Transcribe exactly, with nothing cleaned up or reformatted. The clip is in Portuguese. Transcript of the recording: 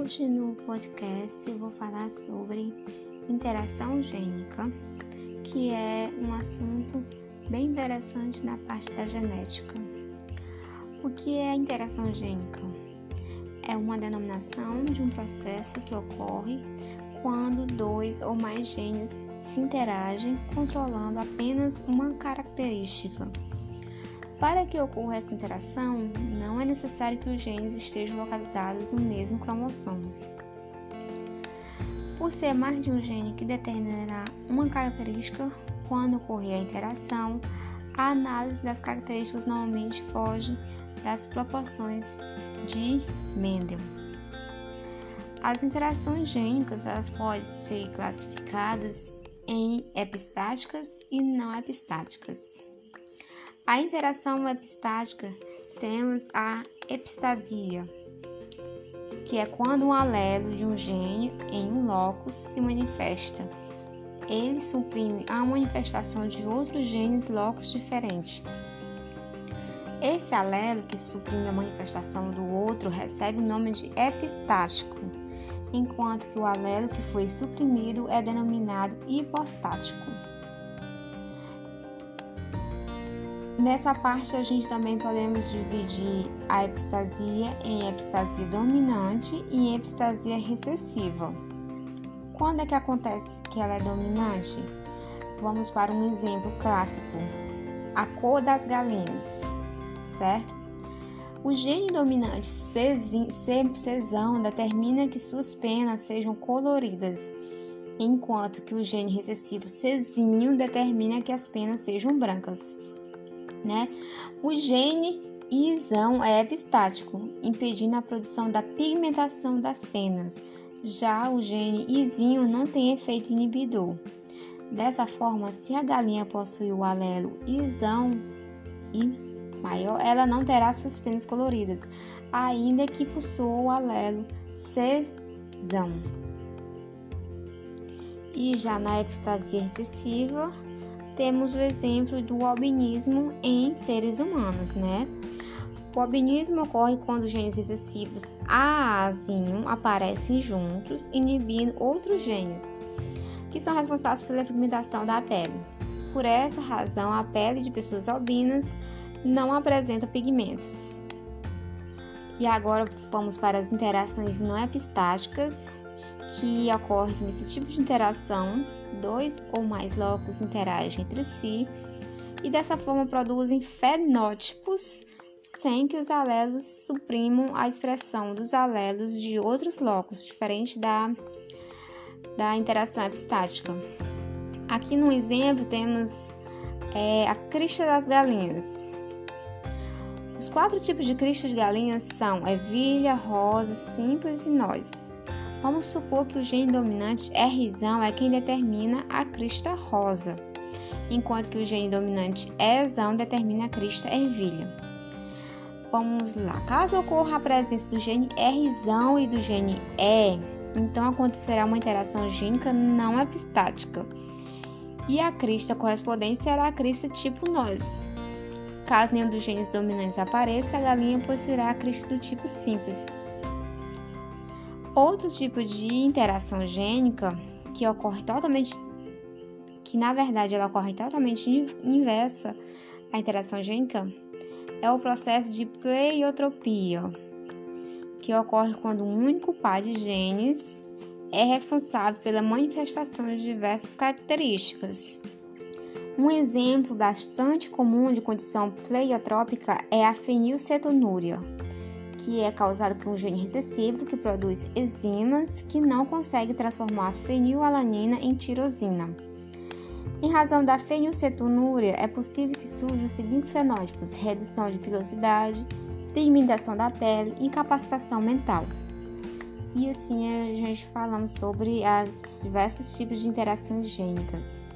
Hoje no podcast eu vou falar sobre interação gênica, que é um assunto bem interessante na parte da genética. O que é interação gênica? É uma denominação de um processo que ocorre quando dois ou mais genes se interagem controlando apenas uma característica. Para que ocorra essa interação, não é necessário que os genes estejam localizados no mesmo cromossomo. Por ser mais de um gene que determinará uma característica, quando ocorrer a interação, a análise das características normalmente foge das proporções de Mendel. As interações gênicas elas podem ser classificadas em epistáticas e não epistáticas. A interação epistática, temos a epistasia, que é quando um alelo de um gene em um locus se manifesta. Ele suprime a manifestação de outros genes locus diferentes. Esse alelo que suprime a manifestação do outro recebe o nome de epistático, enquanto que o alelo que foi suprimido é denominado hipostático. Nessa parte, a gente também podemos dividir a epistasia em epistasia dominante e em epistasia recessiva. Quando é que acontece que ela é dominante? Vamos para um exemplo clássico, a cor das galinhas, certo? O gene dominante cesão determina que suas penas sejam coloridas, enquanto que o gene recessivo cezinho determina que as penas sejam brancas. Né? O gene isão é epistático, impedindo a produção da pigmentação das penas. Já o gene izinho não tem efeito inibidor. Dessa forma, se a galinha possui o alelo isão e maior, ela não terá suas penas coloridas, ainda que possua o alelo cesão. E já na epistasia recessiva, temos o exemplo do albinismo em seres humanos, né? O albinismo ocorre quando os genes recessivos A A zinho aparecem juntos, inibindo outros genes, que são responsáveis pela pigmentação da pele. Por essa razão, a pele de pessoas albinas não apresenta pigmentos. E agora vamos para as interações não epistáticas, que ocorrem nesse tipo de interação. Dois ou mais locos interagem entre si e dessa forma produzem fenótipos sem que os alelos suprimam a expressão dos alelos de outros locos, diferente da, da interação epistática. Aqui no exemplo temos é, a crista das galinhas. Os quatro tipos de crista de galinhas são ervilha, rosa, simples e noz. Vamos supor que o gene dominante Rzão é quem determina a crista rosa, enquanto que o gene dominante Ezão determina a crista ervilha. Vamos lá, caso ocorra a presença do gene Rzão e do gene E, então acontecerá uma interação gênica não epistática, e a crista correspondente será a crista tipo noz. Caso nenhum dos genes dominantes apareça, a galinha possuirá a crista do tipo simples. Outro tipo de interação gênica que ocorre totalmente, que na verdade ela ocorre totalmente inversa à interação gênica, é o processo de pleiotropia, que ocorre quando um único par de genes é responsável pela manifestação de diversas características. Um exemplo bastante comum de condição pleiotrópica é a fenilcetonúria, que é causada por um gene recessivo que produz enzimas que não conseguem transformar a fenilalanina em tirosina. Em razão da fenilcetonúria, é possível que surjam os seguintes fenótipos: redução de pilosidade, pigmentação da pele e incapacitação mental. E assim a gente falando sobre as diversos tipos de interações gênicas.